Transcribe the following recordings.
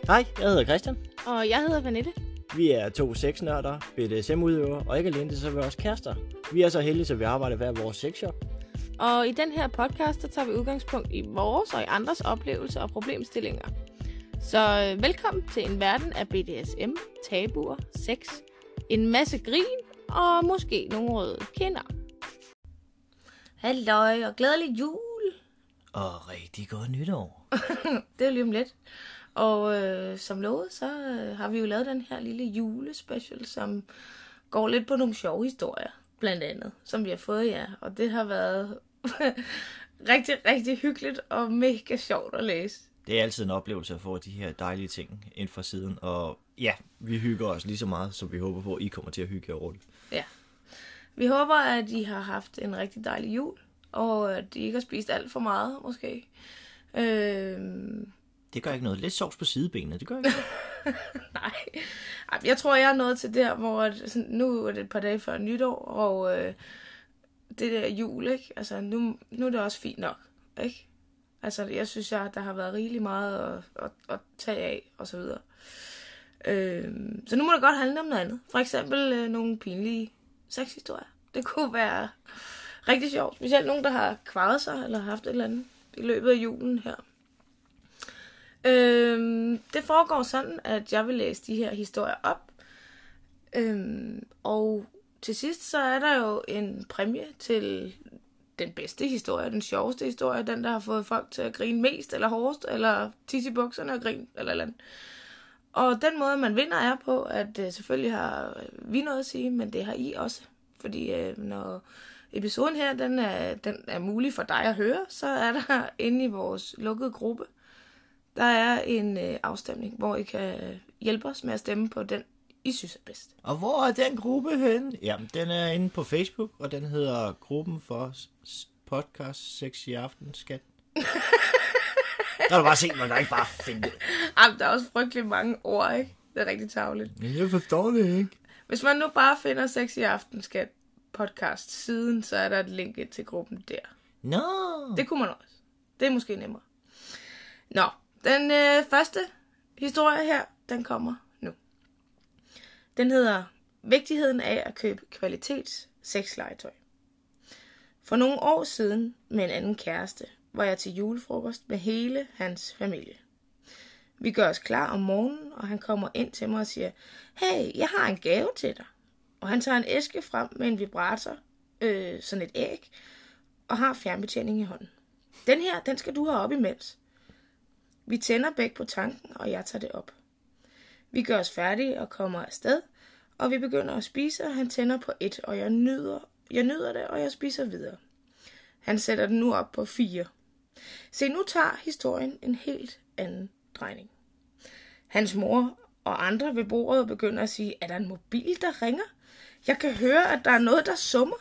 Hej, jeg hedder Christian. Og jeg hedder Vanette. Vi er to sexnørder, BDSM-udøvere, og ikke alene det, så er vi også kærester. Vi er så heldige, at vi arbejder hver vores sexshop. Og i den her podcast, der tager vi udgangspunkt i vores og i andres oplevelser og problemstillinger. Så velkommen til en verden af BDSM, tabuer, sex, en masse grin og måske nogle røde kinder. Halløj og glædelig jul. Og rigtig godt nytår. Det er lige om lidt. Og som lovet, så har vi jo lavet den her lille julespecial, som går lidt på nogle sjove historier, blandt andet, som vi har fået jer. Og det har været rigtig, rigtig hyggeligt og mega sjovt at læse. Det er altid en oplevelse at få de her dejlige ting ind fra siden. Og ja, vi hygger os lige så meget, som vi håber på, at I kommer til at hygge jer over det. Ja. Vi håber, at I har haft en rigtig dejlig jul, og at I ikke har spist alt for meget, måske. Det gør ikke noget. Lidt sovs på sidebenene, det gør ikke noget. Nej, jeg tror, jeg er nået til der, hvor nu er det et par dage før nytår, og det der jul, ikke? Altså, nu er det også fint nok, ikke? Altså, jeg synes, der har været rigeligt meget at tage af, og så videre. Så nu må det godt handle om noget andet. For eksempel nogle pinlige sexhistorier. Det kunne være rigtig sjovt. Specielt nogen, der har kvaret sig, eller haft et eller andet i løbet af julen her. Det foregår sådan, at jeg vil læse de her historier op. Og til sidst, så er der jo en præmie til den bedste historie, den sjoveste historie, den, der har fået folk til at grine mest, eller hårdest, eller tisse i bukserne og grine, eller andet. Og den måde, man vinder, er på, at selvfølgelig har vi noget at sige, men det har I også. Fordi når episoden her, den er mulig for dig at høre, så er der inde i vores lukkede gruppe, der er en afstemning, hvor I kan hjælpe os med at stemme på den, I synes er bedst. Og hvor er den gruppe henne? Jamen, den er inde på Facebook, og den hedder Gruppen for Podcast Sex i Aften, skat. Der har du bare set, man kan ikke bare finde det. Jamen, der er også frygtelig mange ord, ikke? Det er rigtig tarveligt. Men jeg forstår det ikke. Hvis man nu bare finder Sex i Aften, skat podcast siden, så er der et link ind til gruppen der. No. Det kunne man også. Det er måske nemmere. Nå, den første historie her, den kommer nu. Den hedder Vigtigheden af at købe kvalitets sexlegetøj. For nogle år siden med en anden kæreste var jeg til julefrokost med hele hans familie. Vi gør os klar om morgenen, og han kommer ind til mig og siger, hey, jeg har en gave til dig. Og han tager en æske frem med en vibrator, sådan et æg, og har fjernbetjening i hånden. Den her, den skal du have op imens. Vi tænder begge på tanken, og jeg tager det op. Vi gør os færdige og kommer afsted, og vi begynder at spise, og han tænder på 1, og jeg nyder det, og jeg spiser videre. Han sætter den nu op på 4. Se, nu tager historien en helt anden drejning. Hans mor og andre ved bordet begynder at sige, er der en mobil, der ringer? Jeg kan høre, at der er noget, der summer.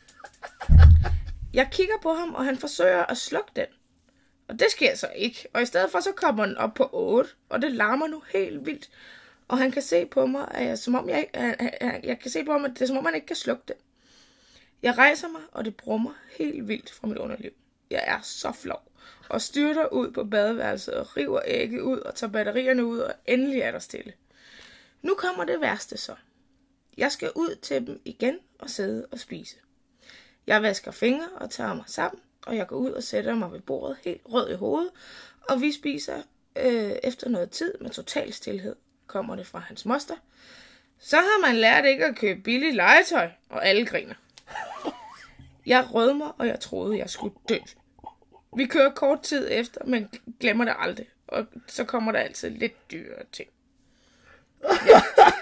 Jeg kigger på ham, og han forsøger at slukke den. Og det sker så ikke. Og i stedet for, så kommer den op på 8, og det larmer nu helt vildt. Og han kan se på mig, at jeg kan se på ham, at det er som om, han ikke kan slukke den. Jeg rejser mig, og det brummer helt vildt fra mit underliv. Jeg er så flov, og styrter ud på badeværelset og river ægget ud og tager batterierne ud, og endelig er der stille. Nu kommer det værste så. Jeg skal ud til dem igen og sidde og spise. Jeg vasker fingre og tager mig sammen, og jeg går ud og sætter mig ved bordet helt rød i hovedet, og vi spiser efter noget tid med total stilhed, kommer det fra hans moster. Så har man lært ikke at købe billigt legetøj, og alle griner. Jeg rødmer, og jeg troede, jeg skulle dø. Vi kører kort tid efter, men glemmer det aldrig, og så kommer der altid lidt dyrere ting. Ja.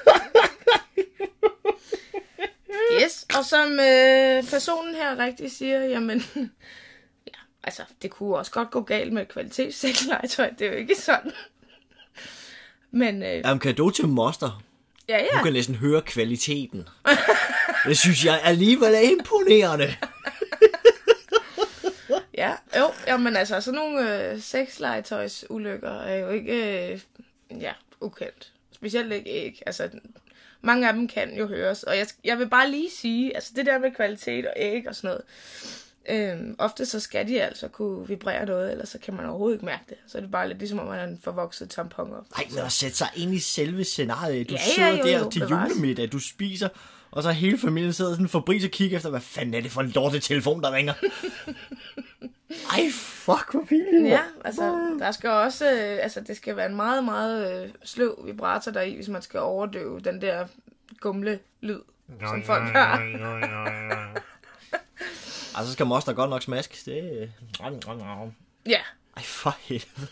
Yes, og som personen her rigtig siger, jamen, ja, altså, det kunne også godt gå galt med kvalitetssexlegetøj, det er jo ikke sådan. Men Jamen, kado til moster. ja. Du kan næsten høre kvaliteten. Det synes jeg alligevel er imponerende. Ja, jamen altså, sådan nogle sexlegetøjsulykker er jo ikke, ukendt. Specielt ikke. Altså, mange af dem kan jo høres. Og jeg vil bare lige sige, altså det der med kvalitet og æg og sådan noget, Ofte så skal de altså kunne vibrere noget, ellers så kan man overhovedet ikke mærke det. Så er det bare lidt ligesom, om man har en forvokset tampon op. Nej, men at sætte sig ind i selve scenariet. Du Ja, sidder jo, der til bevares. julemiddag, du spiser, og så hele familien sidder sådan fabrik og kigger efter, hvad fanden er det for en lortet telefon, der ringer? Ej, fuck, hvor pinligt. Ja, altså, der skal også, det skal være en meget, meget sløv vibrator deri, hvis man skal overdøve den der gumle lyd, som folk har. Og så skal moster godt nok smaske. Det... Ja. Ej, for helvede.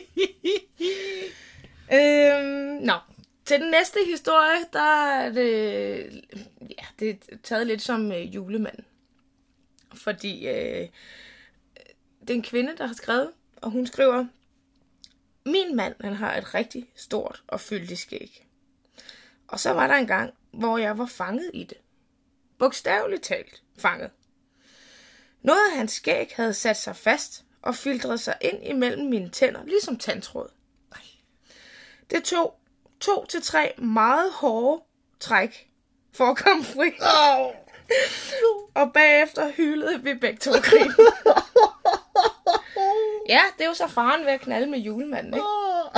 Nå. Til den næste historie, der er det, det er taget lidt som julemanden. Fordi det er en kvinde, der har skrevet, og hun skriver, min mand, han har et rigtig stort og fyldigt skæg. Og så var der en gang, hvor jeg var fanget i det. Bogstaveligt talt fanget. Noget af hans skæg havde sat sig fast og filtreret sig ind imellem mine tænder, ligesom tandtråd. Det tog 2 til 3 meget hårde træk for at komme fri. Og bagefter hylede vi begge to grin. Ja, det er jo så faren ved at knalde med julemanden, ikke?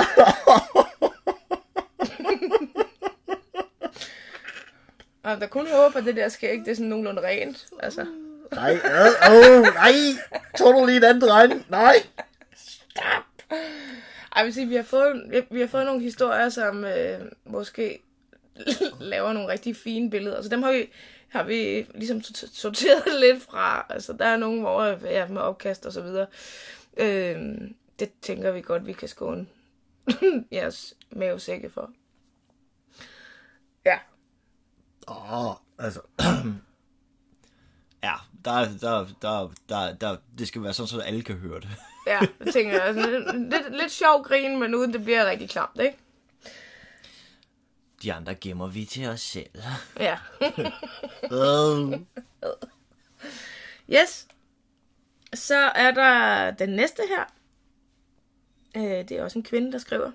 Og der kunne håbe, at det der skæg, det er sådan nogenlunde rent. Altså. Nej, nej. Tog du lige en anden drejning? Nej. Stop. Ej, jeg vil sige, vi har fået nogle historier, som måske laver nogle rigtig fine billeder. Altså dem har vi ligesom sorteret lidt fra. Altså der er nogle, hvor jeg med opkast og så videre. Det tænker vi godt, vi kan skåne jeres mavesække for. Ja. Altså... Ja, det skal være sådan, så alle kan høre det. Ja, det tænker jeg. Altså, lidt sjov grin, men uden det bliver rigtig klamt, ikke? De andre gemmer vi til os selv. Ja. Yes. Så er der den næste her. Det er også en kvinde, der skriver.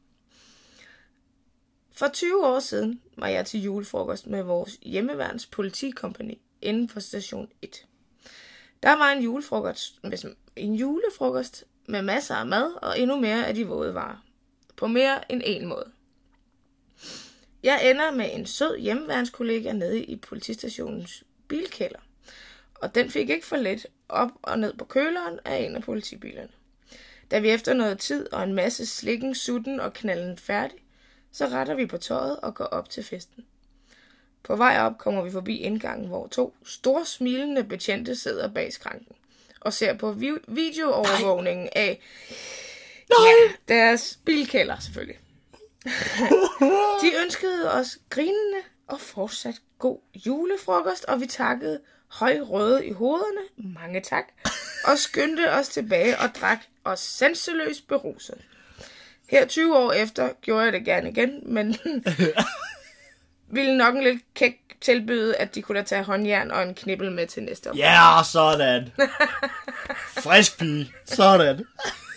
For 20 år siden var jeg til julefrokost med vores hjemmeværns politikompagni inden for station 1. Der var en julefrokost med masser af mad og endnu mere af de våde varer. På mere end en måde. Jeg ender med en sød hjemmeværnskollega nede i politistationens bilkælder. Og den fik ikke for let op og ned på køleren af en af politibilerne. Da vi efter noget tid og en masse slikken, sutten og knalden færdig, så retter vi på tøjet og går op til festen. På vej op kommer vi forbi indgangen, hvor 2 store smilende betjente sidder bag skranken og ser på videoovervågningen af deres bilkælder selvfølgelig. De ønskede os grinende og fortsat god julefrokost, og vi takkede højrøde i hovederne, mange tak, og skyndte os tilbage og drak os sanseløst beruset. Her 20 år efter gjorde jeg det gerne igen, men ville nok en lidt kæk tilbyde, at de kunne da tage håndjern og en knibbel med til næste år. Ja, sådan. Frisk pige. Sådan.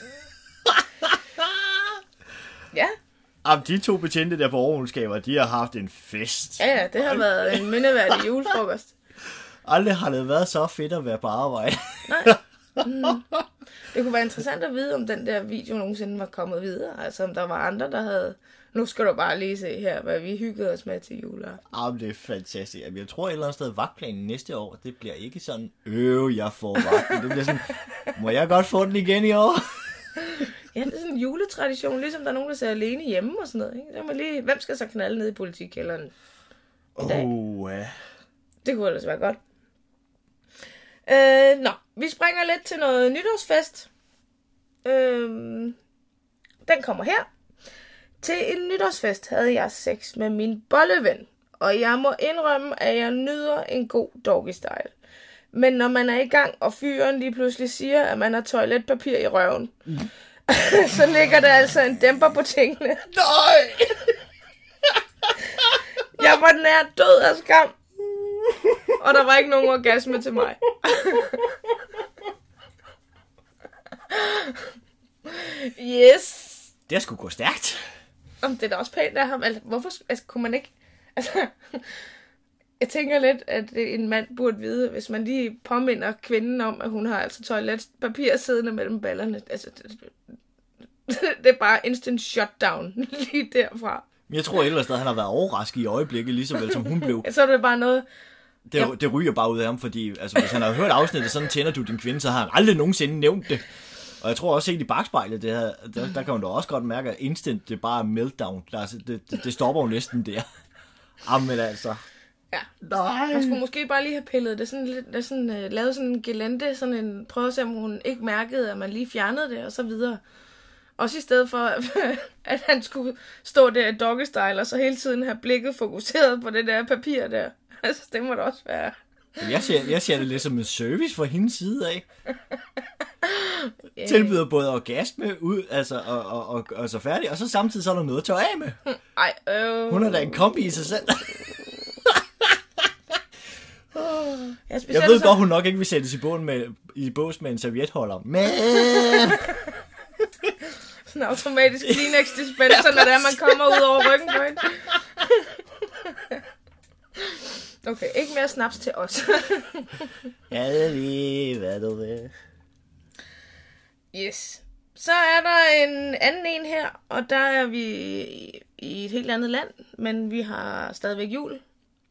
Ja. Jamen, de 2 betjente der på overvågningskamera, de har haft en fest. Ja, det har været en mindeværdig julefrokost. Aldrig har det været så fedt at være på arbejde. Nej. Det kunne være interessant at vide, om den der video nogensinde var kommet videre. Altså, om der var andre, der havde... Nu skal du bare lige se her, hvad vi hyggede os med til juleaften. Jamen, det er fantastisk. Jeg tror et eller andet sted, vagtplanen næste år, det bliver ikke sådan, jeg får vagten. Det bliver sådan, må jeg godt få den igen i år? Ja, det er sådan en juletradition, ligesom der er nogen, der ser alene hjemme og sådan noget. Ikke? Så må lige, hvem skal så knalde ned i politikælderen? Det kunne ellers være godt. Vi springer lidt til noget nytårsfest. Den kommer her. Til en nytårsfest havde jeg sex med min bolleven, og jeg må indrømme, at jeg nyder en god doggy style. Men når man er i gang, og fyren lige pludselig siger, at man har toiletpapir i røven, så ligger der altså en dæmper på tingene. Nej! Jeg var nær død af skam, og der var ikke nogen orgasme til mig. Yes. Det har sgu gå stærkt. Det er da også pænt af ham. Altså, hvorfor kunne man ikke... Altså, Jeg tænker lidt, at en mand burde vide, hvis man lige påminder kvinden om, at hun har altså toiletpapir siddende mellem ballerne. Altså, det er bare instant shutdown lige derfra. Jeg tror ellers, at han har været overrasket i øjeblikket, lige så vel som hun blev. Så er det bare noget... Det ryger bare ud af ham, fordi altså, hvis han har hørt afsnittet, sådan tænder du din kvinde, så har han aldrig nogensinde nævnt det. Og jeg tror også helt i bagspejlet, der kan man da også godt mærke, at instant, det er bare meltdown. Det stopper jo næsten der. Jamen altså... Ja, man skulle måske bare lige have pillet det sådan lidt, lavet sådan en gelente, sådan en, prøve at se, om hun ikke mærkede, at man lige fjernede det, og så videre. Også i stedet for, at han skulle stå der i doggystyle, og så hele tiden have blikket fokuseret på det der papir der. Altså, det må det også være. Jeg ser det lidt som en service fra hendes side af. Tilbyder både orgasme ud, altså, og så færdig, og så samtidig så er der noget at tage af med. Hun er da en kombi i sig selv. Jeg ved godt, hun nok ikke vil sættes i bås med en servietholder, men... Sådan en automatisk Kleenex-dispenser, når det er, man kommer ud over ryggen på hende. Okay, ikke mere snaps til os. Jeg ved lige, hvad du vil. Yes. Så er der en anden en her, og der er vi i et helt andet land, men vi har stadigvæk jul.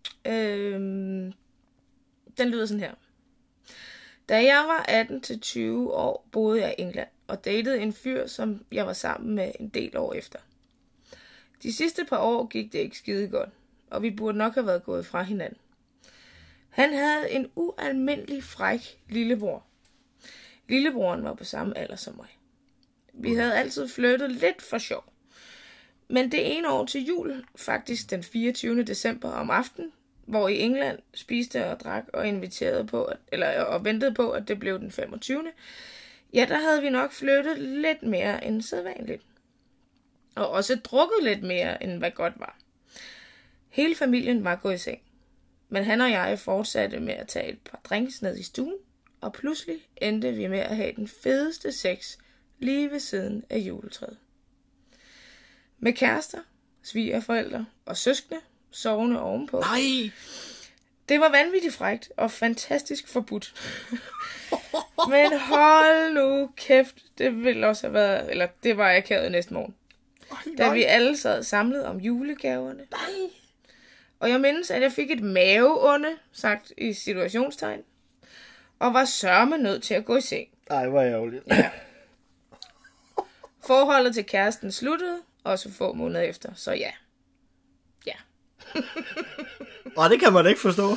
Den lyder sådan her. Da jeg var 18-20 år, boede jeg i England og datede en fyr, som jeg var sammen med en del år efter. De sidste par år gik det ikke skide godt, og vi burde nok have været gået fra hinanden. Han havde en ualmindelig fræk lillebror. Lillebroren var på samme alder som mig. Vi havde altid flyttet lidt for sjov. Men det ene år til jul, faktisk den 24. december om aftenen, hvor i England spiste og drak og inviterede på, og ventede på, at det blev den 25. Ja, der havde vi nok flyttet lidt mere end sædvanligt. Og også drukket lidt mere, end hvad godt var. Hele familien var gået i seng. Men han og jeg fortsatte med at tage et par drinks ned i stuen, og pludselig endte vi med at have den fedeste sex lige ved siden af juletræet. Med kærester, svigerforældre og søskende sovende ovenpå. Nej! Det var vanvittigt frækt og fantastisk forbudt. Men hold nu kæft, det ville også have været, eller det var akavet næste morgen. Da vi alle sad samlet om julegaverne. Nej! Og jeg mindes, at jeg fik et maveonde, sagt i situationstegn, og var sørme nødt til at gå i seng. Ej, hvor ærgerligt. Ja. Forholdet til kæresten sluttede, også få måneder efter, så ja. Ja. Og det kan man ikke forstå.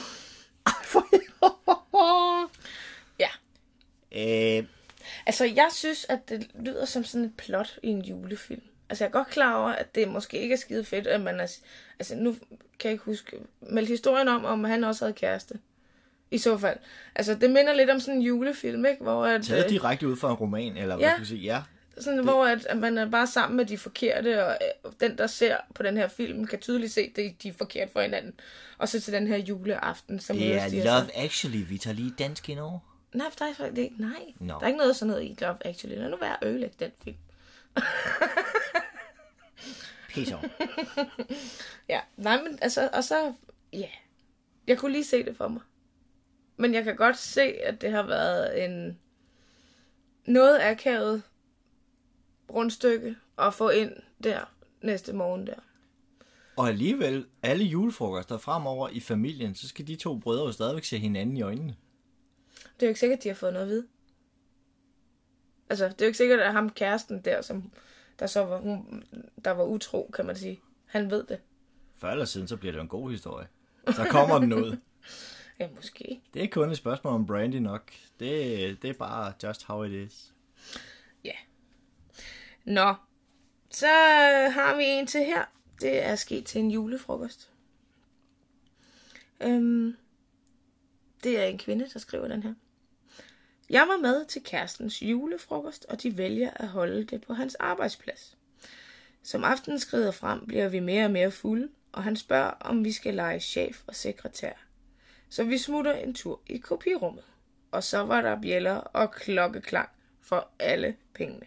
Ja. Øh, Altså, jeg synes, at det lyder som sådan et plot i en julefilm. Altså, jeg er godt klar over, at det måske ikke er skide fedt, at man er... Altså, nu kan jeg ikke huske... Meld historien om han også havde kæreste. I så fald. Altså, det minder lidt om sådan en julefilm, ikke? Hvor at... Taget direkte ud fra en roman, eller hvad skal vi sige? Ja. Sådan, det... hvor at man er bare sammen med de forkerte, og den, der ser på den her film, kan tydeligt se, at de er forkert for hinanden. Og så til den her juleaften, som Det er Love Actually, vi tager lige dansk ind over. Nej, for der er det ikke. Nej. No. Der er ikke noget sådan noget i Love Actually. Lad nu være at ødelægge den film. Pisse over. Ja, nej, men altså, og så, ja. Jeg kunne lige se det for mig. Men jeg kan godt se, at det har været en noget akavet rundstykke at få ind der næste morgen der. Og alligevel, alle julefrokoster fremover i familien, så skal de to brødre jo stadigvæk se hinanden i øjnene. Det er jo ikke sikkert, at de har fået noget at vide. Altså, det er jo ikke sikkert, at ham kæresten der, som der så var, der var utro, kan man sige. Han ved det. Før eller siden, så bliver det jo en god historie. Så kommer den noget. Ja, måske. Det er kun et spørgsmål om brandy nok. Det er bare just how it is. Ja. Nå. Så har vi en til her. Det er sket til en julefrokost. Det er en kvinde, der skriver den her. Jeg var med til kærestens julefrokost, og de vælger at holde det på hans arbejdsplads. Som aftenen skrider frem, bliver vi mere og mere fulde, og han spørger, om vi skal lege chef og sekretær. Så vi smutter en tur i kopirummet, og så var der bjæller og klokkeklang for alle pengene.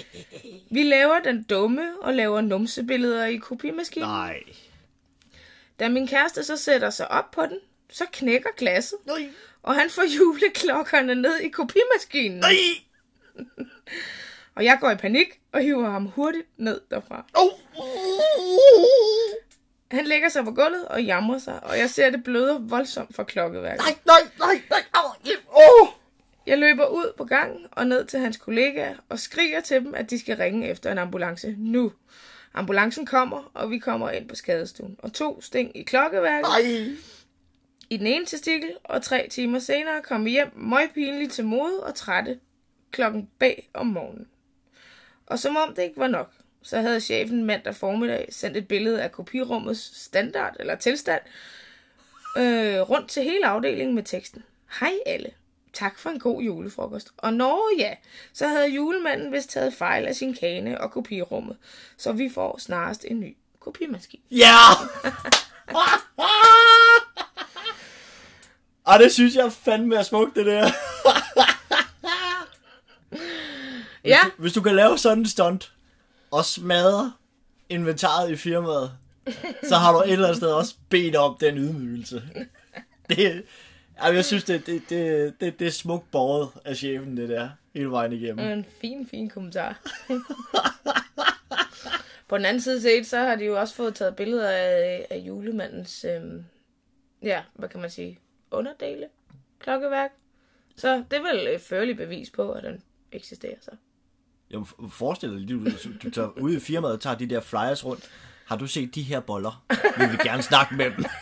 Vi laver den dumme og laver numsebilleder i kopimaskinen. Nej. Da min kæreste så sætter sig op på den, så knækker glasset, Nej. og han får juleklokkerne ned i kopimaskinen. Nej. Og jeg går i panik og hiver ham hurtigt ned derfra. Han lægger sig på gulvet og jamrer sig, og jeg ser det bløder voldsomt fra klokkeværket. Nej. Jeg løber ud på gangen og ned til hans kollegaer og skriger til dem, at de skal ringe efter en ambulance nu. Ambulancen kommer, og vi kommer ind på skadestuen. Og 2 sting i klokkeværket. Nej. I den ene testikel, og 3 timer senere kom vi hjem møgpinligt til mode og trætte klokken bag om morgenen. Og som om det ikke var nok, så havde chefen mandag formiddag sendt et billede af kopirummets standard eller tilstand rundt til hele afdelingen med teksten: Hej alle, tak for en god julefrokost. Og ja, så havde julemanden vist taget fejl af sin kane og kopirummet, så vi får snarest en ny kopimaskine. Ja! Og det synes jeg fandme er smukt, det der. Ja. Hvis du kan lave sådan en stunt og smadre inventaret i firmaet, så har du et eller andet sted også bedt om den ydmygelse. Jeg synes, det er smukt båret af chefen, det der, hele vejen igennem. En fin kommentar. På den anden side set, så har de jo også fået taget billeder af julemandens, hvad kan man sige, underdele, klokkeværk. Så det er vel et førligt bevis på, at den eksisterer så. Jeg forestiller dig, du tager ud i firmaet og tager de der flyers rundt. Har du set de her boller? Vi vil gerne snakke med dem.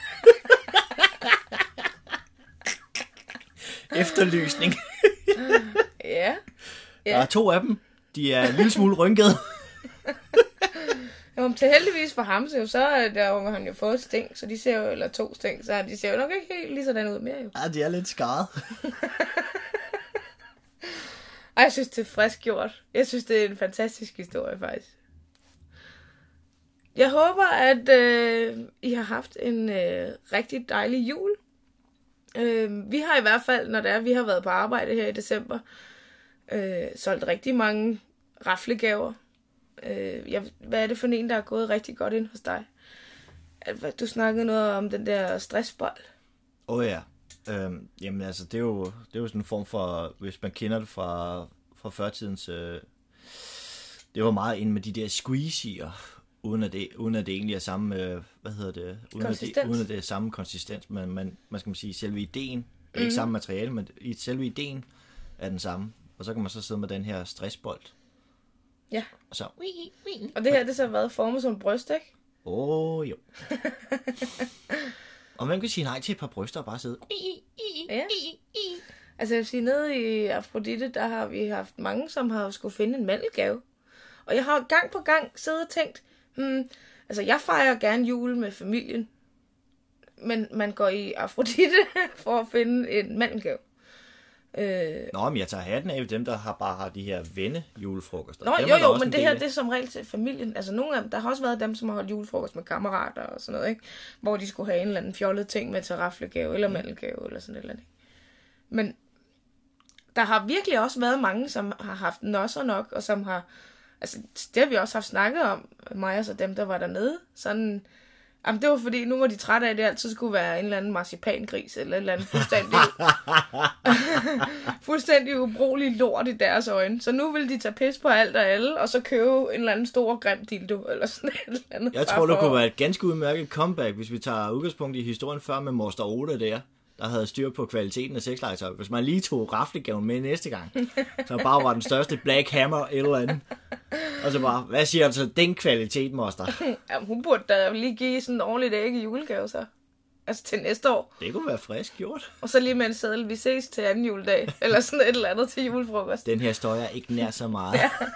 Efterlysning. Ja. Der er 2 af dem. De er en lille smule rynkede. Jo, til heldigvis for ham, så der han jo fået et sting, så de ser jo, eller 2 sting, så de ser jo nok ikke helt lige sådan ud mere jo. Ja, de er lidt skarret. Ej, jeg synes, det er frisk gjort. Jeg synes, det er en fantastisk historie, faktisk. Jeg håber, at I har haft en rigtig dejlig jul. Vi har i hvert fald, når vi har været på arbejde her i december, solgt rigtig mange raflegaver. Hvad er det for en, der er gået rigtig godt ind hos dig? Du snakkede noget om den der stressbold. Ja. Jamen altså, det er jo sådan en form for, hvis man kender det fra førtidens, det var meget inde med de der squeezier, uden at det egentlig er samme, uden at det er samme konsistens, men man skal sige, selve ideen, ikke samme materiale, men selve ideen er den samme, og så kan man så sidde med den her stressbold. Ja. Så. Og det her, det så har været formet som bryst, ikke? Jo. Og man kan sige nej til et par bryster og bare sidde. Ja. Altså jeg vil sige, nede i Afrodite, der har vi haft mange, som har skulle finde en mandelgave. Og jeg har gang på gang siddet og tænkt, altså jeg fejrer gerne jul med familien, men man går i Afrodite for at finde en mandelgave. Nå, men jeg tager hatten af dem, der bare har de her venne-julefrokoster. Jo, men det her, det er som regel til familien. Altså nogle af dem, der har også været dem, som har holdt julefrokost med kammerater og sådan noget, ikke? Hvor de skulle have en eller anden fjollet ting med til raflegave eller mandelgave eller sådan et eller andet. Men der har virkelig også været mange, som har haft nosser nok, og som har, altså det har vi også haft snakket om, mig og så dem, der var dernede, sådan. Jamen, det var fordi, nu var de trætte af, at det altid skulle være en eller anden marcipangris, eller et eller andet fuldstændig ubrugelig lort i deres øjne. Så nu vil de tage pis på alt og alle, og så købe en eller anden stor grim dildo, eller sådan et eller andet. Jeg tror, det kunne være et ganske udmærket comeback, hvis vi tager udgangspunkt i historien før med Moster Oda der havde styr på kvaliteten af sexlegetøj. Hvis man lige tog raflegaven med næste gang, så bare var den største Black Hammer eller andet. Og så bare, hvad siger du til den kvalitet, moster? Jamen, hun burde da lige give sådan en ordentligt æg i julegave, så. Altså til næste år. Det kunne være frisk gjort. Og så lige med en seddel, vi ses til anden juledag. Eller sådan et eller andet til julefrokost. Den her står jeg ikke nær så meget.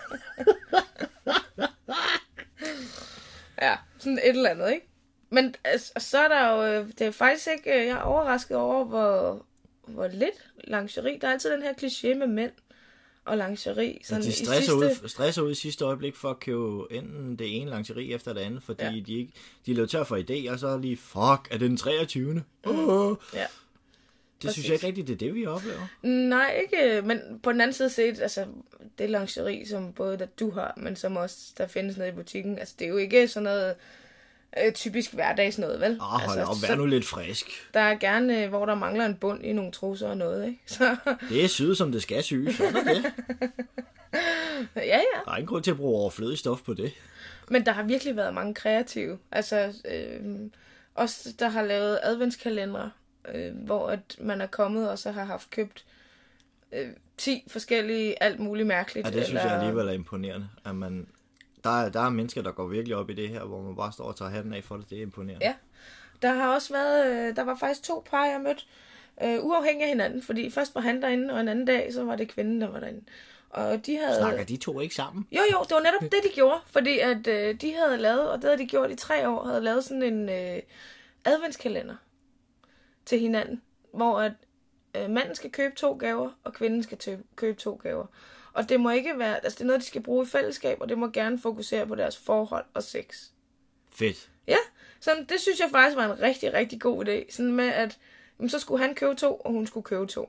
Ja, sådan et eller andet, ikke? Men altså, så er der jo, det er faktisk ikke, jeg er overrasket over, hvor lidt lingerie. Der er altid den her kliché med mænd og lingerie. Sådan de stresser ud i sidste øjeblik for at købe enten det ene lingerie efter det andet, fordi de løb tør for idéer, og så lige, fuck, er det den 23. Ja. Det synes jeg ikke rigtigt, det er det, vi oplever. Nej, ikke, men på den anden side set, altså det lingerie, som både der du har, men som også der findes nede i butikken, altså det er jo ikke sådan noget. typisk hverdags noget, vel? Hold op, vær nu lidt frisk. Der er gerne, hvor der mangler en bund i nogle trusser og noget, ikke? Så... Det er syet, som det skal syes, sådan er det. Ja. Der er ingen grund til at bruge overflødig stof på det. Men der har virkelig været mange kreative. Altså, også der har lavet adventskalendere, hvor at man er kommet og så har haft købt 10 forskellige alt muligt mærkeligt. Ja, det synes jeg alligevel er imponerende. At der er mennesker, der går virkelig op i det her, hvor man bare står og tager hatten af for det. Det er imponerende. Ja, der har også været, der var faktisk 2 par, jeg mødte, uafhængig af hinanden. Fordi først var han derinde, og en anden dag, så var det kvinden, der var derinde. Og de havde... Snakker de 2 ikke sammen? Jo, det var netop det, de gjorde. Fordi at de havde lavet, og det havde de gjort i 3 år, havde lavet sådan en adventskalender til hinanden. Hvor at manden skal købe 2 gaver, og kvinden skal købe 2 gaver. Og det må ikke være, altså det er noget, de skal bruge i fællesskab, og det må gerne fokusere på deres forhold og sex. Fedt. Ja, så det synes jeg faktisk var en rigtig, rigtig god idé. Sådan med, at så skulle han købe 2, og hun skulle købe 2.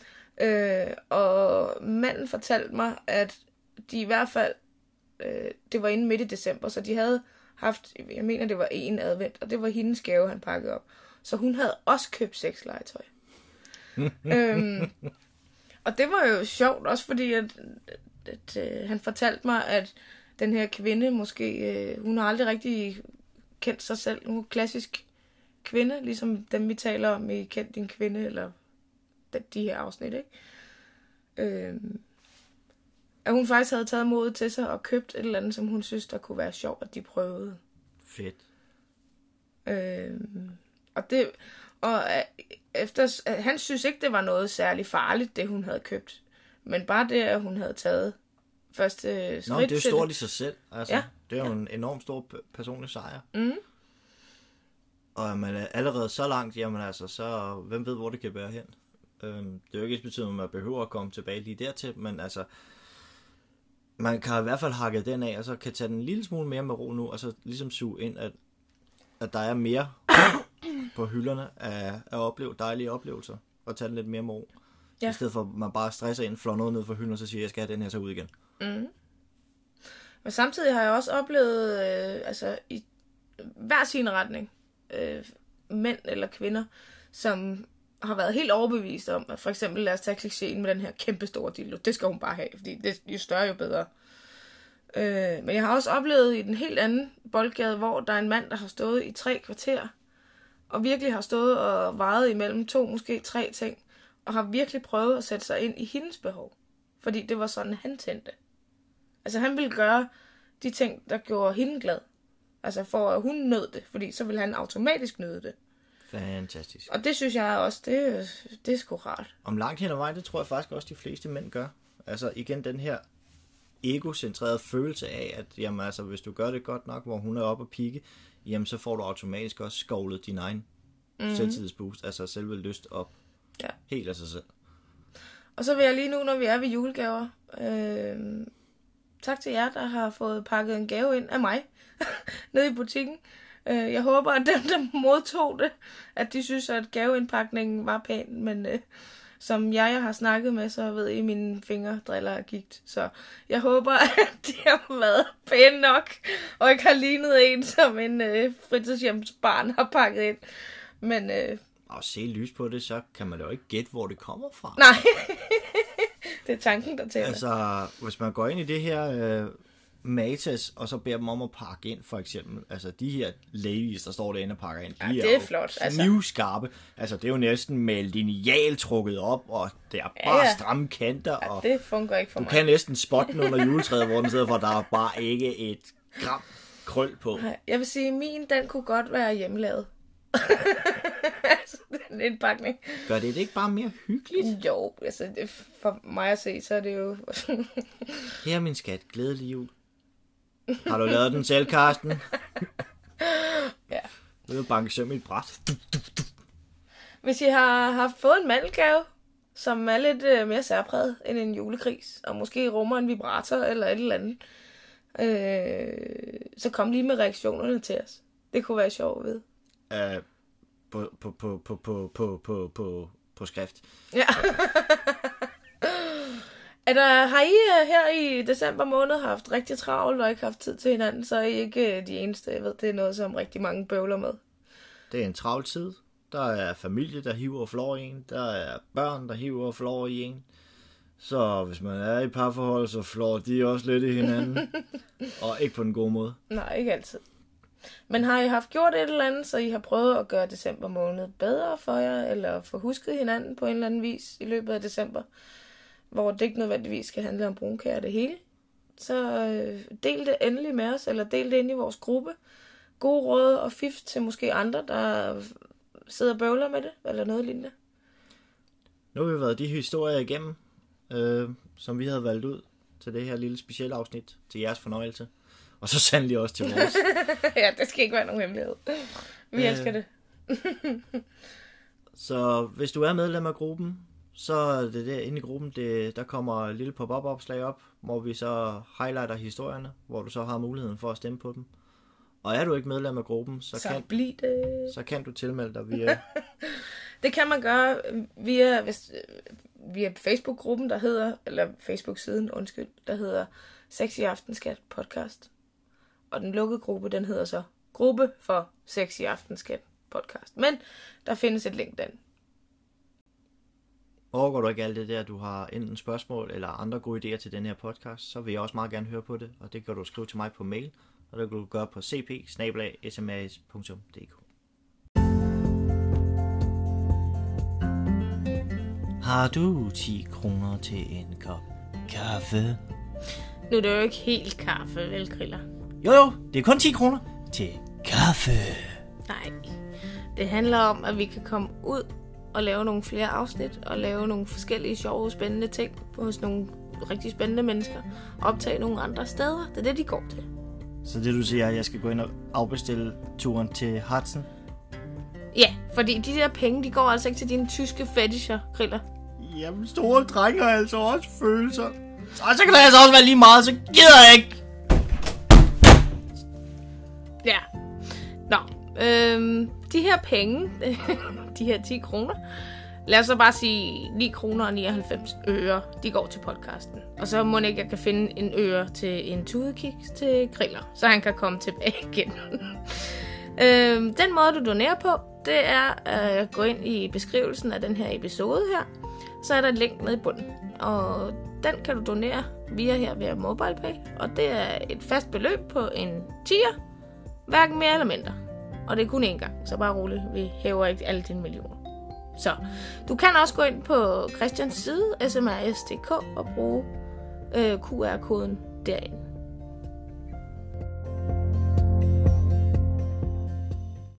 Og manden fortalte mig, at de i hvert fald, det var inden midt i december, så de havde haft, jeg mener det var 1 advent, og det var hendes gave, han pakkede op. Så hun havde også købt sexlegetøj. Og det var jo sjovt, også fordi at han fortalte mig, at den her kvinde måske, hun har aldrig rigtig kendt sig selv. Hun er klassisk kvinde, ligesom dem vi taler om i Kend din kvinde, eller de her afsnit, ikke? At hun faktisk havde taget modet til sig og købt et eller andet, som hun synes, der kunne være sjovt, at de prøvede. Fedt. Han synes ikke, det var noget særligt farligt, det hun havde købt. Men bare det, at hun havde taget første skridt. Nå, det er jo stort i sig selv. Altså, ja. Det er jo en enormt stor personlig sejr. Mm. Og er man allerede så langt, jamen altså, så hvem ved, hvor det kan bære hen. Det er jo ikke betydende, at man behøver at komme tilbage lige dertil, men altså, man kan i hvert fald hakke den af, og så kan tage den en lille smule mere med ro nu, og så ligesom suge ind, at der er mere på hylderne af dejlige oplevelser, og tage den lidt mere med ro. Ja. I stedet for, at man bare stresser ind, flår noget ned for hylden, og så siger, jeg skal have den her så ud igen. Mm. Men samtidig har jeg også oplevet, i hver sin retning, mænd eller kvinder, som har været helt overbevist om, at for eksempel lad os tage klichéen med den her kæmpe store dildo. Det skal hun bare have, fordi det, jo større, jo bedre. Men jeg har også oplevet i den helt anden boldgade, hvor der er en mand, der har stået i 3 kvarter, og virkelig har stået og vejet imellem 2, måske 3 ting, og har virkelig prøvet at sætte sig ind i hendes behov. Fordi det var sådan, han tændte. Altså han ville gøre de ting, der gjorde hende glad. Altså for at hun nød det, fordi så ville han automatisk nyde det. Fantastisk. Og det synes jeg også, det er sgu rart. Om langt hen ad vejen, det tror jeg faktisk også, de fleste mænd gør. Altså igen den her egocentrerede følelse af, at jamen, altså, hvis du gør det godt nok, hvor hun er oppe og pigge, jamen så får du automatisk også skovlet din egen selvtillidsboost, altså selve lyst op. Ja. Helt af sig selv. Og så vil jeg lige nu, når vi er ved julegaver, tak til jer, der har fået pakket en gave ind af mig, nede i butikken. Jeg håber, at dem, der modtog det, at de synes, at gaveindpakningen var pæn, men som jeg har snakket med, så ved I, mine fingre driller er gigt. Så jeg håber, at de har været pæne nok, og ikke har lignet en, som en fritidshjemsbarn har pakket ind. Men og se lys på det, så kan man jo ikke gætte, hvor det kommer fra. Nej, det er tanken, der tæller. Altså, hvis man går ind i det her Matas, og så beder dem om at pakke ind, for eksempel. Altså, de her ladies, der står derinde og pakker ind, de det er flot. knivskarpe. Altså, det er jo næsten med lineal trukket op, og det er bare stramme kanter. Ja, og det fungerer ikke for mig. Du kan næsten spotte den under juletræet, hvor den sidder, for der er bare ikke et gram krøl på. Jeg vil sige, den kunne godt være hjemmelavet. Altså, den indpakning. Gør det ikke bare mere hyggeligt? Jo, altså for mig at se, så er det jo... Her, min skat, glædelig jul. Har du lavet den selv, Karsten? Ja. Nu er banke søm i et bræt. Hvis I har fået en mandelgave, som er lidt mere særpræget end en julekris, og måske rummer en vibrator eller et eller andet, så kom lige med reaktionerne til os. Det kunne være sjovt ved. På skrift. Ja. Har I her i december måned haft rigtig travlt og ikke haft tid til hinanden, så er I ikke de eneste. Jeg ved, det er noget, som rigtig mange bøvler med. Det er en travl tid. Der er familie, der hiver og flår i en. Der er børn, der hiver og flår i en. Så hvis man er i parforhold, så flår de også lidt i hinanden. Og ikke på den gode måde. Nej, ikke altid. Men har I haft gjort et eller andet, så I har prøvet at gøre december måned bedre for jer, eller få husket hinanden på en eller anden vis i løbet af december, hvor det ikke nødvendigvis skal handle om brunkager det hele, så del det endelig med os, eller del det ind i vores gruppe. Gode råd og fif til måske andre, der sidder og bøvler med det, eller noget lignende. Nu har vi været de historier igennem, som vi havde valgt ud til det her lille specielle afsnit, til jeres fornøjelse. Og så sandelig også til vores. Ja, det skal ikke være nogen hemmelighed. Vi elsker det. Så hvis du er medlem af gruppen, så er det der inde i gruppen, der kommer et lille pop-up opslag op, hvor vi så highlighter historierne, hvor du så har muligheden for at stemme på dem. Og er du ikke medlem af gruppen, så kan du tilmelde dig via... Det kan man gøre via Facebook-gruppen, der hedder, eller Facebook-siden, der hedder Sexy Aftenskat podcast. Og den lukkede gruppe, den hedder så Gruppe for Sexy Aftenskat podcast. Men der findes et link den. Overgår du ikke alt det der, du har enten spørgsmål eller andre gode idéer til den her podcast, så vil jeg også meget gerne høre på det, og det kan du skrive til mig på mail, og det kan du gøre på cp@smas.dk. Har du 10 kroner til en kop kaffe? Nu er det jo ikke helt kaffe, vel, Kriller? Jo, det er kun 10 kroner til kaffe. Nej, det handler om, at vi kan komme ud og lave nogle flere afsnit, og lave nogle forskellige sjove, spændende ting hos nogle rigtig spændende mennesker, og optage nogle andre steder. Det er det, de går til. Så det, du siger, at jeg skal gå ind og afbestille turen til Hudson? Ja, fordi de der penge, de går altså ikke til dine tyske fetisher, Kriller. Jamen, store drenge har altså også følelser. Så kan det altså også være lige meget, så gider jeg ikke. Ja. Nå, de her penge, de her 10 kroner, lad os så bare sige 9 kroner og 99 øre, de går til podcasten. Og så må jeg kan finde en øre til en tudekiks til Kriller, så han kan komme tilbage igen. Den måde, du donerer på, det er at gå ind i beskrivelsen af den her episode her. Så er der et link nede i bunden, og den kan du donere via MobilePay. Og det er et fast beløb på en 10'er, hverken mere eller mindre. Og det er kun én gang, så bare roligt, vi hæver ikke alle dine millioner. Så du kan også gå ind på Christians side, smrs.dk, og bruge QR-koden derinde.